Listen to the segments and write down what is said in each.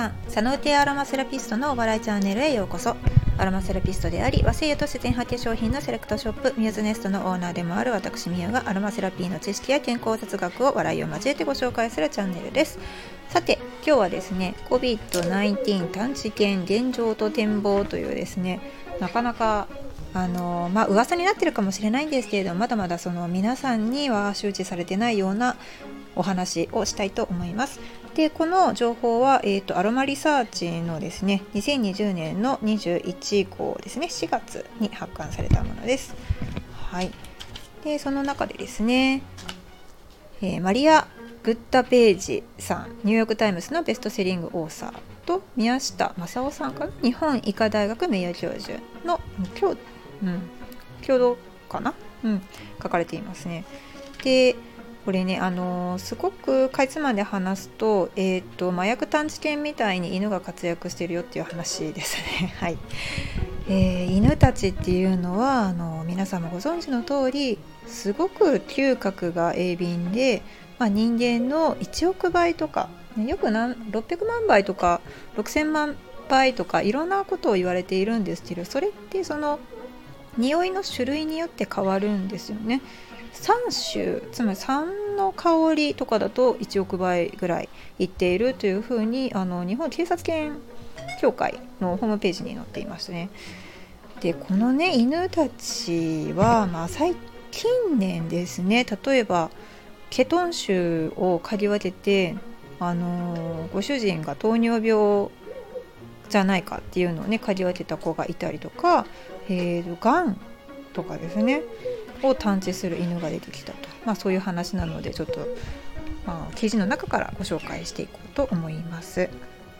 ん、サノウテアロマセラピストのお笑いチャンネルへようこそ。アロマセラピストであり、和製油と自然発化粧品のセレクトショップミューズネストのオーナーでもある私ミユがアロマセラピーの知識や健康哲学を笑いを交えてご紹介するチャンネルです。さて今日はですね COVID-19 探知犬現状と展望というですね、なかなか噂になってるかもしれないんですけれども、まだまだその皆さんには周知されてないようなお話をしたいと思います。でこの情報は、アロマリサーチのですね2020年の21号ですね、4月に発刊されたものです。はい。でその中でですね、マリア・グッダページさん、ニューヨークタイムズのベストセリングオーサーと宮下正夫さんから日本医科大学名誉教授の共同かな、書かれていますね。でこれね、すごくかいつまんで話すと、麻薬探知犬みたいに犬が活躍してるよっていう話ですね。はい。犬たちっていうのは皆さんもご存知の通りすごく嗅覚が鋭敏で、人間の1億倍とか、よく600万倍とか6000万倍とかいろんなことを言われているんですけど、それってその匂いの種類によって変わるんですよね。3種、つまり3の香りとかだと1億倍ぐらいいっているというふうに日本警察犬協会のホームページに載っていましたね。でこのね犬たちは、近年ですね、例えばケトン種を嗅ぎ分けて、ご主人が糖尿病じゃないかっていうのをね嗅ぎ分けた子がいたりとか、がんとかですねを探知する犬が出てきたと、そういう話なのでちょっと、記事の中からご紹介していこうと思います。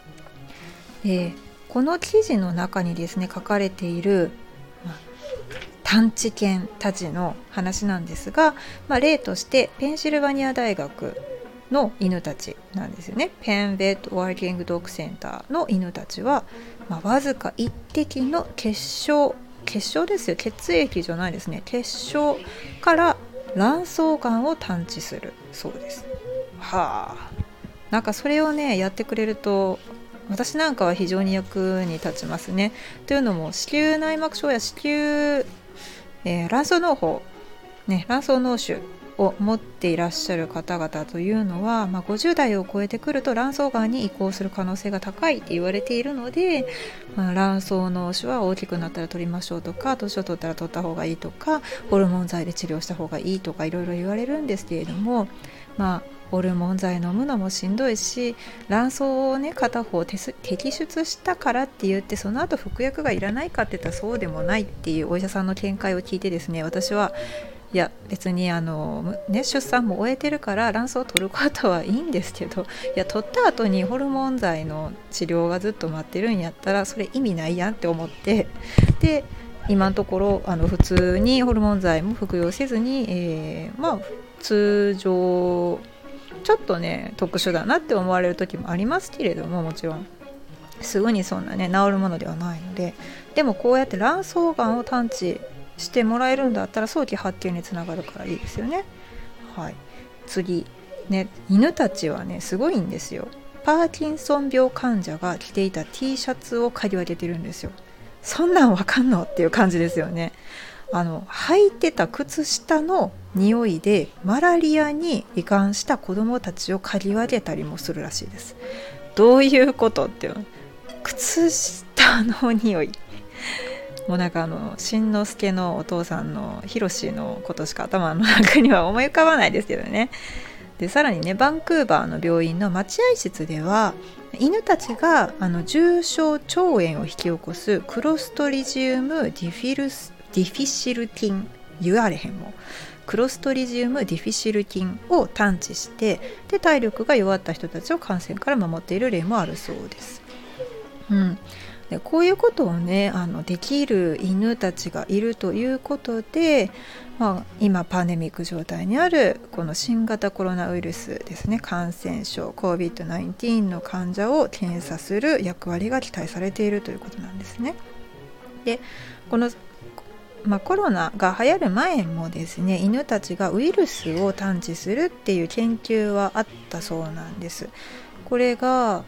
この記事の中にですね書かれている、探知犬たちの話なんですが、例としてペンシルバニア大学の犬たちなんですよね。ペンベッドワーキングドッグセンターの犬たちは、わずか1滴の結晶ですよ、血液じゃないですね、結晶から卵巣がんを探知するそうです。なんかそれをねやってくれると私なんかは非常に役に立ちますね。というのも子宮内膜症や子宮、卵巣嚢胞、卵巣脳腫を持っていらっしゃる方々というのは、50代を超えてくると卵巣がんに移行する可能性が高いって言われているので、卵巣脳腫は大きくなったら取りましょうとか、年を取ったら取った方がいいとか、ホルモン剤で治療した方がいいとかいろいろ言われるんですけれども、ホルモン剤飲むのもしんどいし、卵巣をね片方摘出したからって言ってその後服薬がいらないかって言ったらそうでもないっていうお医者さんの見解を聞いてですね、私はいや別に出産も終えてるから卵巣を取ることはいいんですけど、取った後にホルモン剤の治療がずっと待ってるんやったらそれ意味ないやんって思って、で今のところ普通にホルモン剤も服用せずに、通常ちょっとね特殊だなって思われる時もありますけれども、もちろんすぐにそんなね治るものではないので、でもこうやって卵巣がんを探知してもらえるんだったら早期発見につながるからいいですよね。はい。次ね、犬たちはねすごいんですよ。パーキンソン病患者が着ていた T シャツを嗅ぎ分けてるんですよ。そんなんわかんのっていう感じですよね。履いてた靴下の匂いでマラリアに罹患した子どもたちを嗅ぎ分けたりもするらしいです。どういうことっていうの、靴下の匂い、もうなんかしんのすけのお父さんのひろしのことしか頭の中には思い浮かばないですけどね。でさらにねバンクーバーの病院の待合室では犬たちが重症腸炎を引き起こすクロストリジウムディフィシルティン、言われへんもん、クロストリジウムディフィシルティンを探知して、で体力が弱った人たちを感染から守っている例もあるそうです。でこういうことをねできる犬たちがいるということで、今パンデミック状態にあるこの新型コロナウイルスですね、感染症 COVID-19 の患者を検査する役割が期待されているということなんですね。でこのコロナが流行る前もですね、犬たちがウイルスを探知するっていう研究はあったそうなんです。これが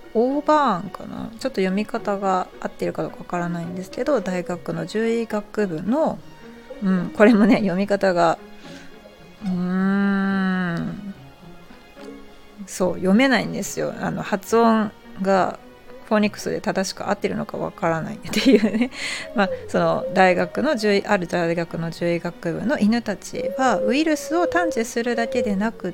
オーバーンかな、ちょっと読み方が合ってるかどうかわからないんですけど、大学の獣医学部の、これもね読み方がそう読めないんですよ。発音がフォニックスで正しく合ってるのかわからないっていうねそのある大学の獣医学部の犬たちはウイルスを探知するだけでなくって、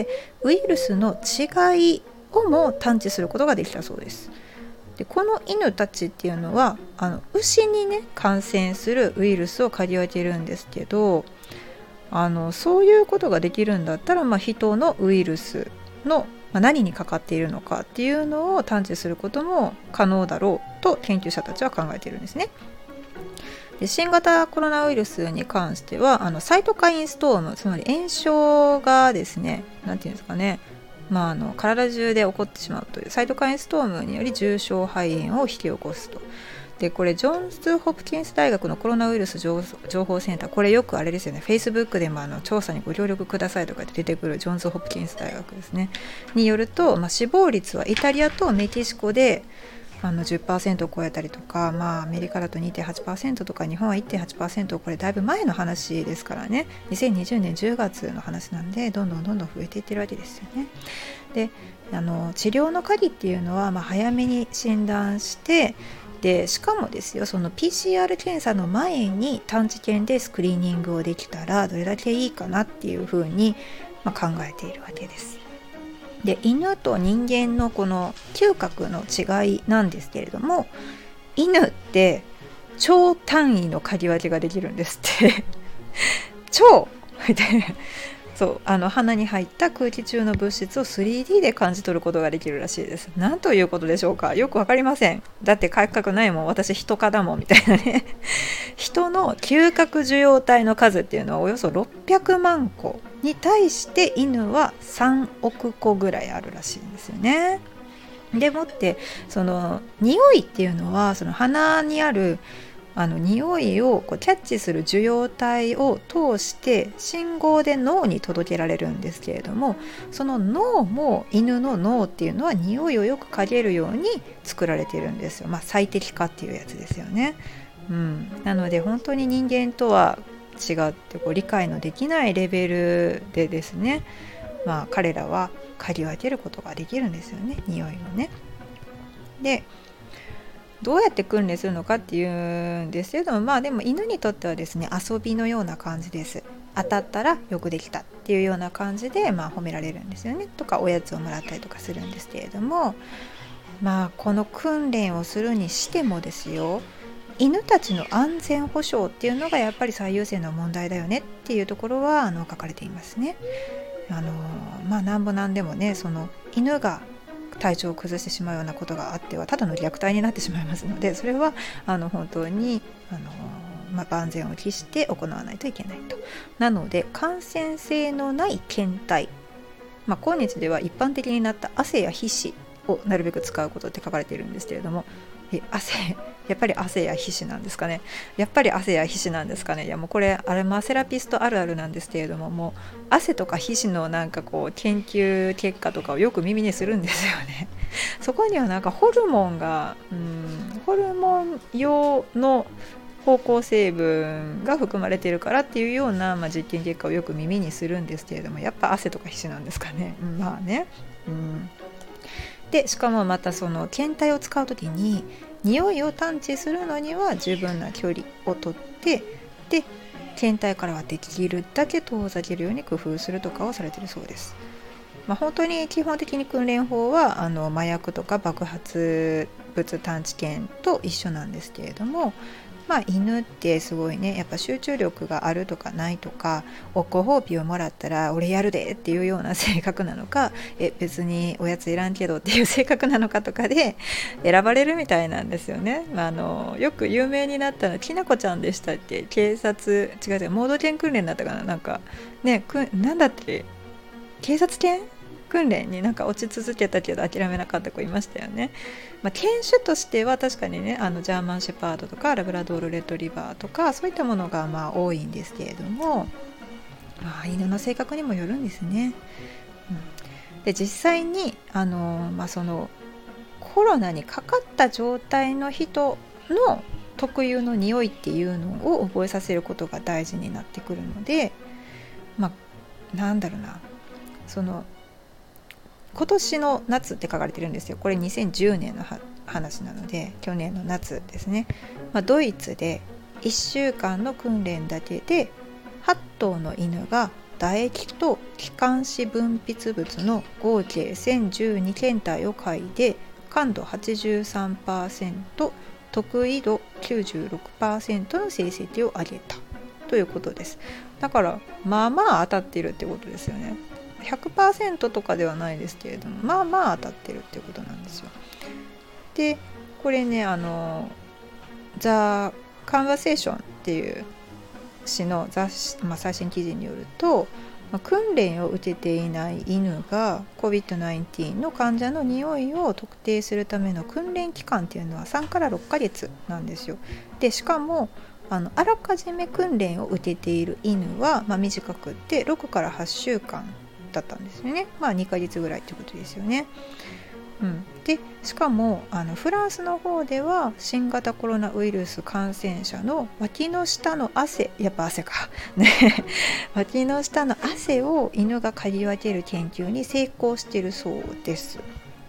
ウイルスの違いをも探知することができたそうです。でこの犬たちっていうのは牛にね感染するウイルスを嗅ぎ分けるんですけど、そういうことができるんだったら、人のウイルスの何にかかっているのかっていうのを探知することも可能だろうと研究者たちは考えているんですね。で新型コロナウイルスに関してはサイトカインストーム、つまり炎症がですね、なんていうんですかね、体中で起こってしまうというサイトカインストームにより重症肺炎を引き起こすと。でこれジョンズ・ホプキンス大学のコロナウイルス情報センター、これよくあれですよね、 Facebook でも調査にご協力くださいとかで出てくるジョンズ・ホプキンス大学ですねによると、死亡率はイタリアとメキシコで10% を超えたりとか、アメリカだと 2.8% とか、日本は 1.8%、 これだいぶ前の話ですからね、2020年10月の話なんでどんどん増えていってるわけですよね。で治療の鍵っていうのは、早めに診断して、でしかもですよ、その PCR 検査の前に探知犬でスクリーニングをできたらどれだけいいかなっていうふうに、考えているわけです。で犬と人間のこの嗅覚の違いなんですけれども、犬って超単位の嗅ぎ分けができるんですって超みたいな、そう鼻に入った空気中の物質を 3D で感じ取ることができるらしいです。なんということでしょうか、よくわかりません。だって嗅覚ないもん、私人科だもんみたいなね人の嗅覚受容体の数っていうのはおよそ600万個に対して犬は3億個ぐらいあるらしいんですよね。でもってその匂いっていうのはその鼻にある匂いをキャッチする受容体を通して信号で脳に届けられるんですけれども、その脳も犬の脳っていうのは匂いをよく嗅げるように作られているんですよ。最適化っていうやつですよね。なので本当に人間とは違って理解のできないレベルでですね、彼らは嗅ぎ分けることができるんですよね、匂いをね。でどうやって訓練するのかっていうんですけども、でも犬にとってはですね、遊びのような感じです。当たったらよくできたっていうような感じで、褒められるんですよね。とかおやつをもらったりとかするんですけれども、この訓練をするにしてもですよ、犬たちの安全保障っていうのがやっぱり最優先の問題だよねっていうところは書かれていますね。なんぼなんでもね、その犬が体調を崩してしまうようなことがあってはただの虐待になってしまいますので、それは本当に万全を期して行わないといけないと。なので感染性のない検体、今日では一般的になった汗や皮脂をなるべく使うことって書かれているんですけれども、やっぱり汗や皮脂なんですかね。いやもうこれセラピストあるあるなんですけれども、もう汗とか皮脂の研究結果とかをよく耳にするんですよね。そこにはホルモン用の芳香成分が含まれているからっていうような、実験結果をよく耳にするんですけれども、やっぱ汗とか皮脂なんですかね。でしかもまたその検体を使うときに匂いを探知するのには十分な距離をとって、で検体からはできるだけ遠ざけるように工夫するとかをされているそうです。本当に基本的に訓練法は麻薬とか爆発物探知犬と一緒なんですけれども、犬ってすごいね、やっぱ集中力があるとかないとか、ご褒美をもらったら俺やるでっていうような性格なのか、別におやついらんけどっていう性格なのかとかで選ばれるみたいなんですよね。よく有名になったのはきなこちゃんでしたっけ、警察盲導犬訓練だったかな、なんだっけ、警察犬訓練に落ち続けたけど諦めなかった子いましたよね。犬種としては確かにね、ジャーマンシェパードとかラブラドールレッドリバーとかそういったものが多いんですけれども、犬の性格にもよるんですね。で実際にそのコロナにかかった状態の人の特有の匂いっていうのを覚えさせることが大事になってくるので、なんだろうな、その今年の夏って書かれてるんですよ。これ2010年の話なので去年の夏ですね。ドイツで1週間の訓練だけで8頭の犬が唾液と気管支分泌物の合計1012検体を嗅いで感度 83%、特異度 96% の成績を上げたということです。だからまあまあ当たってるってことですよね。100% とかではないですけれども、まあまあ当たってるってことなんですよ。でこれねザ・カンバセーションっていう誌の雑誌、最新記事によると、訓練を受けていない犬が COVID-19 の患者の匂いを特定するための訓練期間っていうのは3から6ヶ月なんですよ。でしかもあらかじめ訓練を受けている犬は、短くって6から8週間だったんですよね。2ヶ月ぐらいってことですよね。でしかもフランスの方では新型コロナウイルス感染者の脇の下の汗、やっぱ汗かね脇の下の汗を犬が嗅ぎ分ける研究に成功しているそうです。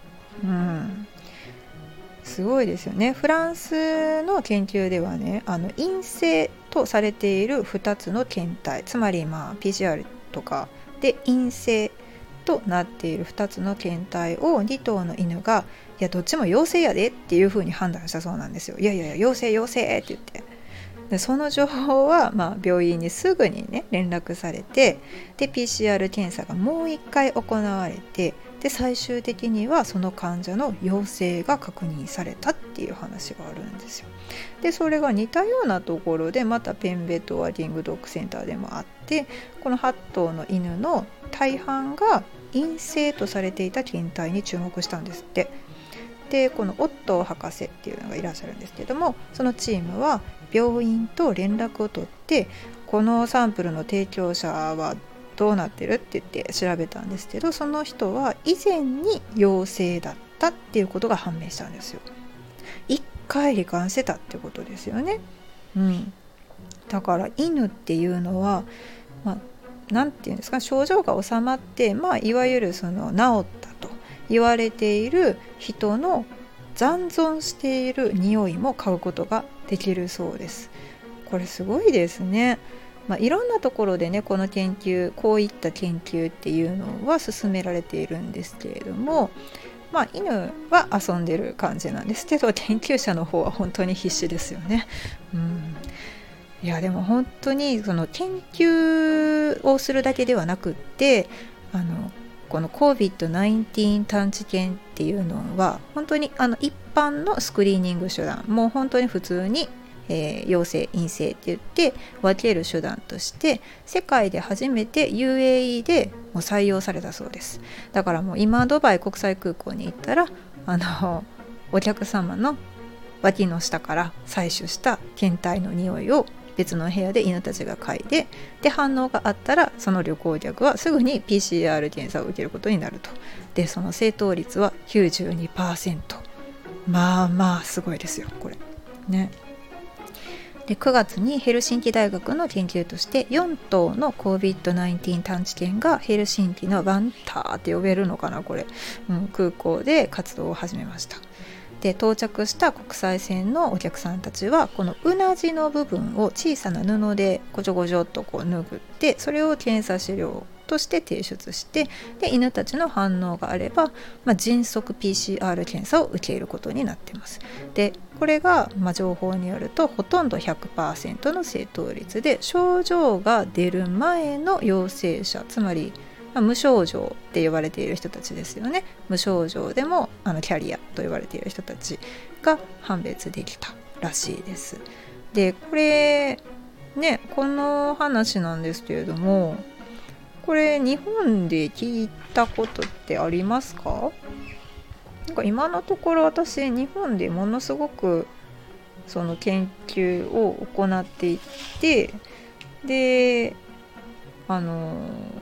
すごいですよね。フランスの研究ではね、陰性とされている2つの検体、つまりPCR とかで陰性となっている2つの検体を2頭の犬がいやどっちも陽性やでっていう風に判断したそうなんですよ。いや陽性って言って、でその情報は病院にすぐにね連絡されて、で PCR 検査がもう1回行われて、で最終的にはその患者の陽性が確認されたっていう話があるんですよ。でそれが似たようなところでまたペンベッドワーキングドッグセンターでもあって、この8頭の犬の大半が陰性とされていた検体に注目したんですって。でこのオットー博士っていうのがいらっしゃるんですけども、そのチームは病院と連絡を取って、このサンプルの提供者はどうなってるって言って調べたんですけど、その人は以前に陽性だったっていうことが判明したんですよ。1回罹患してたってことですよね。だから犬っていうのはなんていうんですか、症状が治まって、いわゆるその治ったと言われている人の残存している匂いも嗅ぐことができるそうです。これすごいですね。いろんなところでねこの研究、こういった研究っていうのは進められているんですけれども、犬は遊んでる感じなんですけど、研究者の方は本当に必死ですよね。いやでも本当にその研究をするだけではなくって、この COVID-19 探知犬っていうのは本当に一般のスクリーニング手段、もう本当に普通に、陽性陰性って言って分ける手段として世界で初めて UAE でもう採用されたそうです。だからもう今ドバイ国際空港に行ったらお客様の脇の下から採取した検体の匂いを別の部屋で犬たちが嗅いで、で反応があったらその旅行客はすぐに PCR 検査を受けることになると。でその正答率は 92%。 すごいですよこれね。で9月にヘルシンキ大学の研究として4頭の COVID-19 探知犬がヘルシンキのバンターって呼べるのかなこれ、空港で活動を始めました。で到着した国際線のお客さんたちはこのうなじの部分を小さな布でごちょごちょっと拭って、それを検査資料として提出して、で犬たちの反応があれば、迅速 PCR 検査を受けることになっています。でこれが、情報によるとほとんど 100% の正答率で、症状が出る前の陽性者、つまり無症状って呼ばれている人たちですよね。無症状でもキャリアと呼ばれている人たちが判別できたらしいです。でこれね、この話なんですけれども、これ日本で聞いたことってありますか？なんか今のところ私日本でものすごくその研究を行っていて、で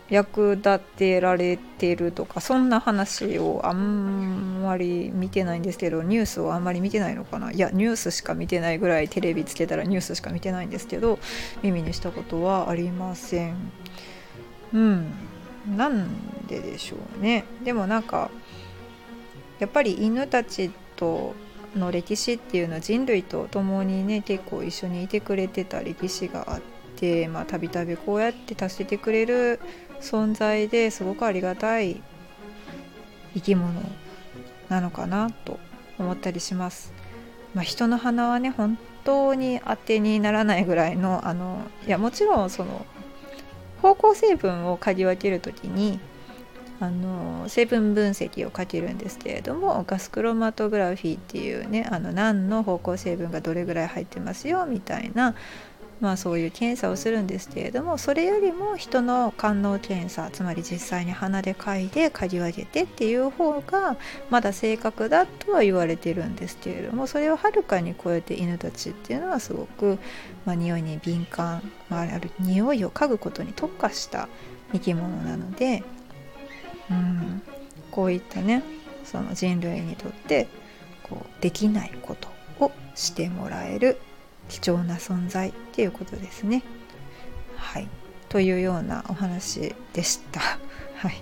役立てられてるとか、そんな話をあんまり見てないんですけど、ニュースをあんまり見てないのかな。いや、ニュースしか見てないぐらい、テレビつけたらニュースしか見てないんですけど、耳にしたことはありません。なんででしょうね。でもなんかやっぱり犬たちとの歴史っていうのは、人類と共にね結構一緒にいてくれてた歴史があって、たびたびこうやって助けてくれる存在ですごくありがたい生き物なのかなと思ったりします。人の鼻はね本当に当てにならないぐらいのいや、もちろんその芳香成分を嗅ぎ分けるときに成分分析をかけるんですけれども、ガスクロマトグラフィーっていうね、何の芳香成分がどれぐらい入ってますよみたいな、そういう検査をするんですけれども、それよりも人の官能検査、つまり実際に鼻で嗅いで嗅ぎ分けてっていう方がまだ正確だとは言われてるんですけれども、それをはるかに超えて犬たちっていうのはすごく、匂いに敏感、ある匂いを嗅ぐことに特化した生き物なので、こういったね、その人類にとってできないことをしてもらえる貴重な存在っていうことですね。はい、というようなお話でした。はい、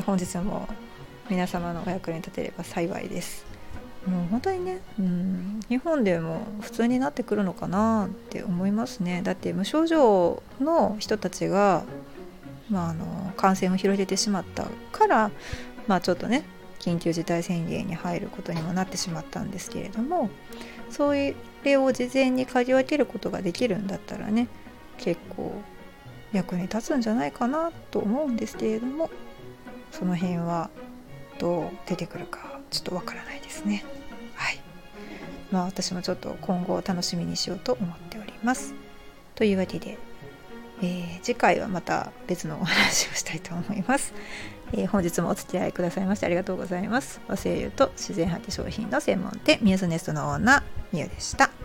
本日も皆様のお役に立てれば幸いです。もう本当にね、日本でも普通になってくるのかなって思いますね。だって無症状の人たちが感染を広げてしまったから、ちょっとね緊急事態宣言に入ることにもなってしまったんですけれども、それを事前に嗅ぎ分けることができるんだったらね、結構役に立つんじゃないかなと思うんですけれども、その辺はどう出てくるかちょっとわからないですね。はい、私もちょっと今後楽しみにしようと思っております。というわけで次回はまた別のお話をしたいと思います。本日もお付き合いくださいましてありがとうございます。和精油と自然派手商品の専門店ミューズネストのオーナーミュでした。